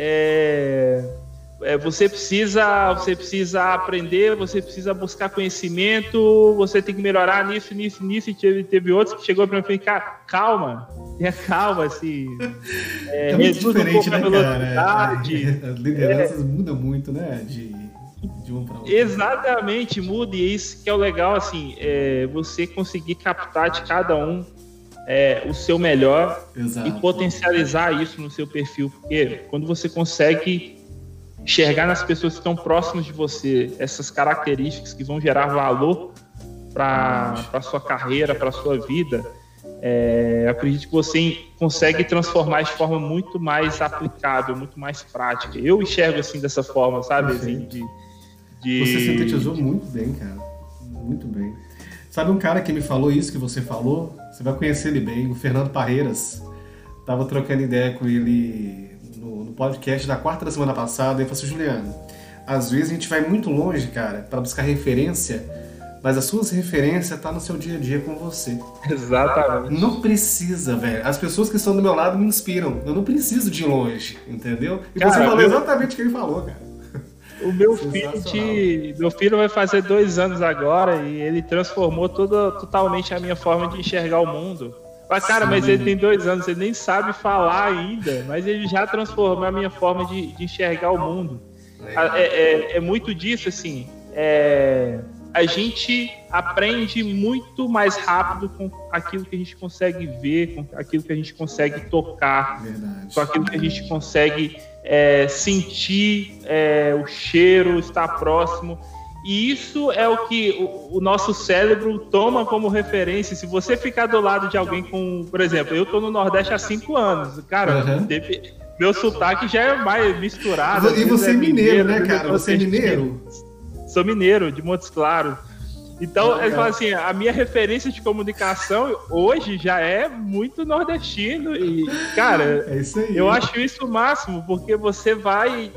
você precisa aprender, você precisa buscar conhecimento, você tem que melhorar nisso. E teve outros que chegou para mim e falou, cara, calma, tenha calma, assim. É muito diferente, né, cara? As lideranças mudam muito, né? De um para outro. Exatamente, muda, e isso que é o legal, assim, você conseguir captar de cada um o seu melhor. Exato. E potencializar isso no seu perfil, porque quando você consegue enxergar nas pessoas que estão próximas de você essas características que vão gerar valor para a sua carreira, para a sua vida, acredito que você consegue transformar de forma muito mais aplicável, muito mais prática. Eu enxergo assim dessa forma, sabe? Assim, Você sintetizou muito bem, cara. Muito bem. Sabe um cara que me falou isso que você falou? Você vai conhecer ele bem, o Fernando Parreiras. Tava trocando ideia com ele no podcast da quarta da semana passada, e ele falou assim, Juliano, às vezes a gente vai muito longe, cara, para buscar referência, mas as suas referências tá no seu dia a dia com você. Exatamente. Não precisa, velho. As pessoas que estão do meu lado me inspiram. Eu não preciso de ir longe, entendeu? E cara, você falou exatamente o que ele falou, cara. O meu filho vai fazer 2 anos agora, e ele transformou totalmente a minha forma de enxergar o mundo. Mas, cara, mas ele tem 2 anos, ele nem sabe falar ainda, mas ele já transformou a minha forma de enxergar o mundo. É muito disso, assim, a gente aprende muito mais rápido com aquilo que a gente consegue ver, com aquilo que a gente consegue tocar. Verdade. Com aquilo que a gente consegue sentir, o cheiro, estar próximo. E isso é o que o nosso cérebro toma como referência. Se você ficar do lado de alguém com... Por exemplo, eu tô no Nordeste há 5 anos. Cara, meu sotaque já é mais misturado. E você é mineiro, né, cara? Você é mineiro? Sou mineiro, de Montes Claros. Então, ele fala assim, a minha referência de comunicação hoje já é muito nordestino. E, cara, isso aí. Eu acho isso o máximo, porque você vai...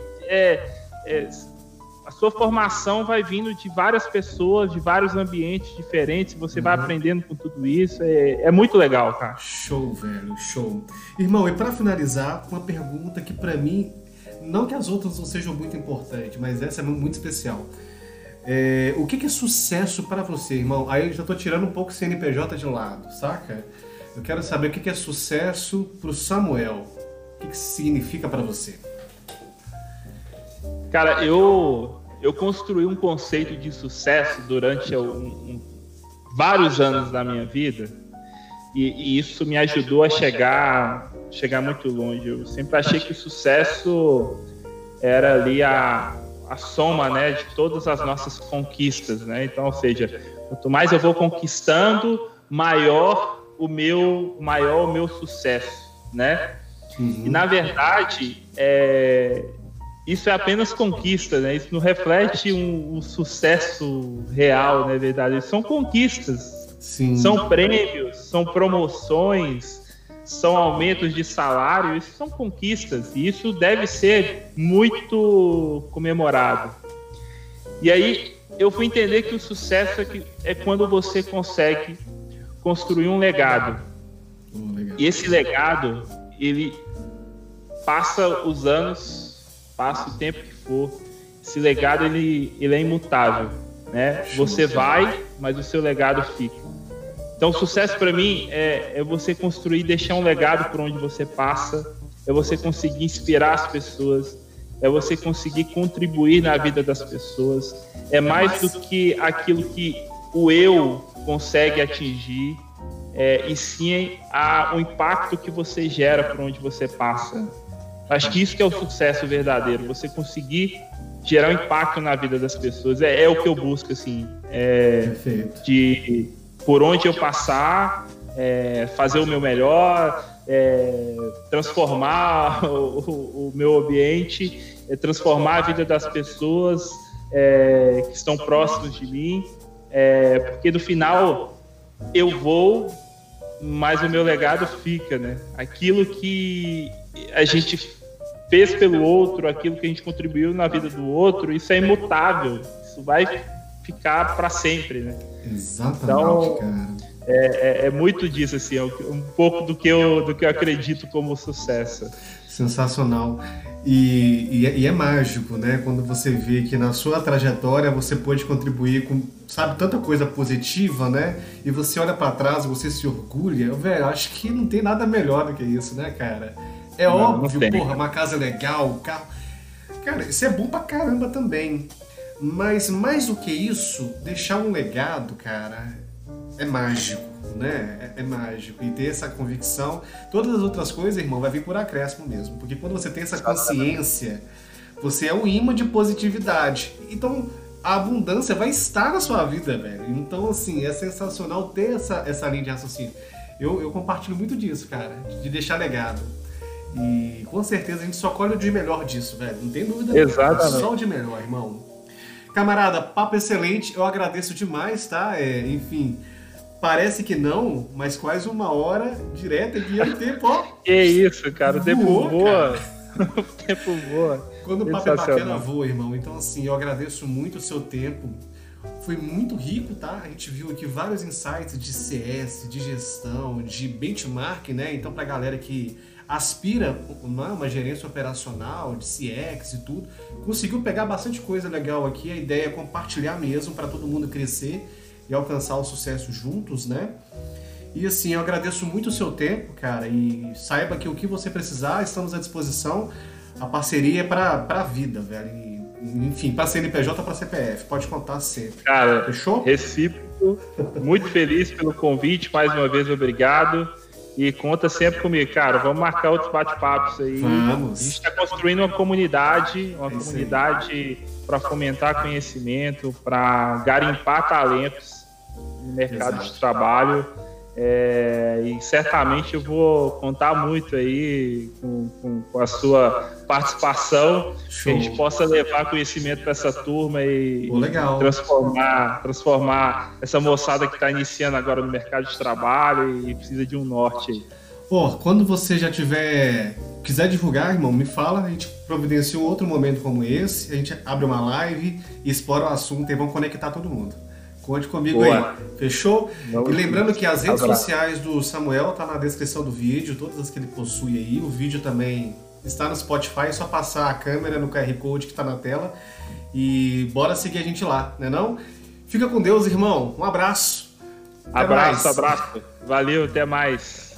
a sua formação vai vindo de várias pessoas, de vários ambientes diferentes, você vai aprendendo com tudo isso, é muito legal, cara. Show, velho, show. Irmão, e pra finalizar, uma pergunta que pra mim, não que as outras não sejam muito importantes, mas essa é muito especial. O que é sucesso pra você, irmão? Aí eu já tô tirando um pouco o CNPJ de lado, saca? Eu quero saber o que é sucesso pro Samuel. O que significa pra você? Cara, eu construí um conceito de sucesso durante vários anos da minha vida, e isso me ajudou a chegar muito longe. Eu sempre achei que o sucesso era ali a soma, né, de todas as nossas conquistas, né? Então, ou seja, quanto mais eu vou conquistando, maior o meu sucesso, né? E na verdade, isso é apenas conquista, né? Isso não reflete um sucesso real, na verdade. São conquistas, sim. São prêmios, são promoções, são aumentos de salário, isso são conquistas, e isso deve ser muito comemorado. E aí eu fui entender que o sucesso é quando você consegue construir um legado. E esse legado, ele passa os anos, passa o tempo que for, esse legado ele é imutável, né? Você vai, mas o seu legado fica. Então, o sucesso para mim é você construir, deixar um legado por onde você passa, é você conseguir inspirar as pessoas, é você conseguir contribuir na vida das pessoas, é mais do que aquilo que o eu consegue atingir, e sim o impacto que você gera por onde você passa. Acho que isso que é o sucesso verdadeiro, você conseguir gerar um impacto na vida das pessoas. É o que eu busco, assim. Perfeito. Por onde eu passar, fazer o meu melhor, transformar o meu ambiente, transformar a vida das pessoas que estão próximas de mim, porque no final eu vou, mas o meu legado fica, né? Aquilo que a gente fez pelo outro, aquilo que a gente contribuiu na vida do outro, isso é imutável, isso vai ficar para sempre, né? Exatamente, então, cara. É muito disso, assim, um pouco do que eu acredito como sucesso. Sensacional. E é mágico, né? Quando você vê que na sua trajetória você pode contribuir com, sabe, tanta coisa positiva, né? E você olha pra trás, você se orgulha. Velho, acho que não tem nada melhor do que isso, né, cara? É óbvio, porra, uma casa legal, um carro. Cara, isso é bom pra caramba também. Mas mais do que isso, deixar um legado, cara, é mágico, né? É mágico. E ter essa convicção, todas as outras coisas, irmão, vai vir por acréscimo mesmo. Porque quando você tem essa consciência, você é um imã de positividade. Então, a abundância vai estar na sua vida, velho. Então, assim, é sensacional ter essa linha de raciocínio. Eu compartilho muito disso, cara, de deixar legado. E com certeza a gente só colhe o de melhor disso, velho. Não tem dúvida. Exatamente. Só o de melhor, irmão. Camarada, papo excelente. Eu agradeço demais, tá? Enfim, parece que não, mas quase 1 hora direta aqui no tempo, ó. Que isso, cara. O tempo voa. O tempo voa. Quando o papo é bacana, voa, irmão. Então, assim, eu agradeço muito o seu tempo. Foi muito rico, tá? A gente viu aqui vários insights de CS, de gestão, de benchmark, né? Então, pra galera que aspira uma gerência operacional, de CX e tudo, conseguiu pegar bastante coisa legal aqui. A ideia é compartilhar mesmo para todo mundo crescer e alcançar o sucesso juntos, né? E assim, eu agradeço muito o seu tempo, cara, e saiba que o que você precisar, estamos à disposição. A parceria é pra vida, velho. E, enfim, pra CNPJ, pra CPF, pode contar sempre. Cara, fechou? Recíproco, muito feliz pelo convite, mais uma vez, obrigado. E conta sempre comigo, cara. Vamos marcar outros bate-papos aí. Vamos. A gente está construindo uma comunidade para fomentar conhecimento, para garimpar talentos no mercado de trabalho. E certamente eu vou contar muito aí com a sua participação. Show. Que a gente possa levar conhecimento para essa turma e legal. transformar essa moçada que está iniciando agora no mercado de trabalho e precisa de um norte aí. Quando você já quiser divulgar, irmão, me fala, a gente providencia um outro momento como esse, a gente abre uma live e explora o assunto e vamos conectar todo mundo. Conte comigo. Boa. Aí, fechou? E lembrando que as redes sociais do Samuel tá na descrição do vídeo, todas as que ele possui aí. O vídeo também está no Spotify, é só passar a câmera no QR Code que tá na tela. E bora seguir a gente lá, né não? Fica com Deus, irmão. Um abraço. Abraço. Valeu, até mais.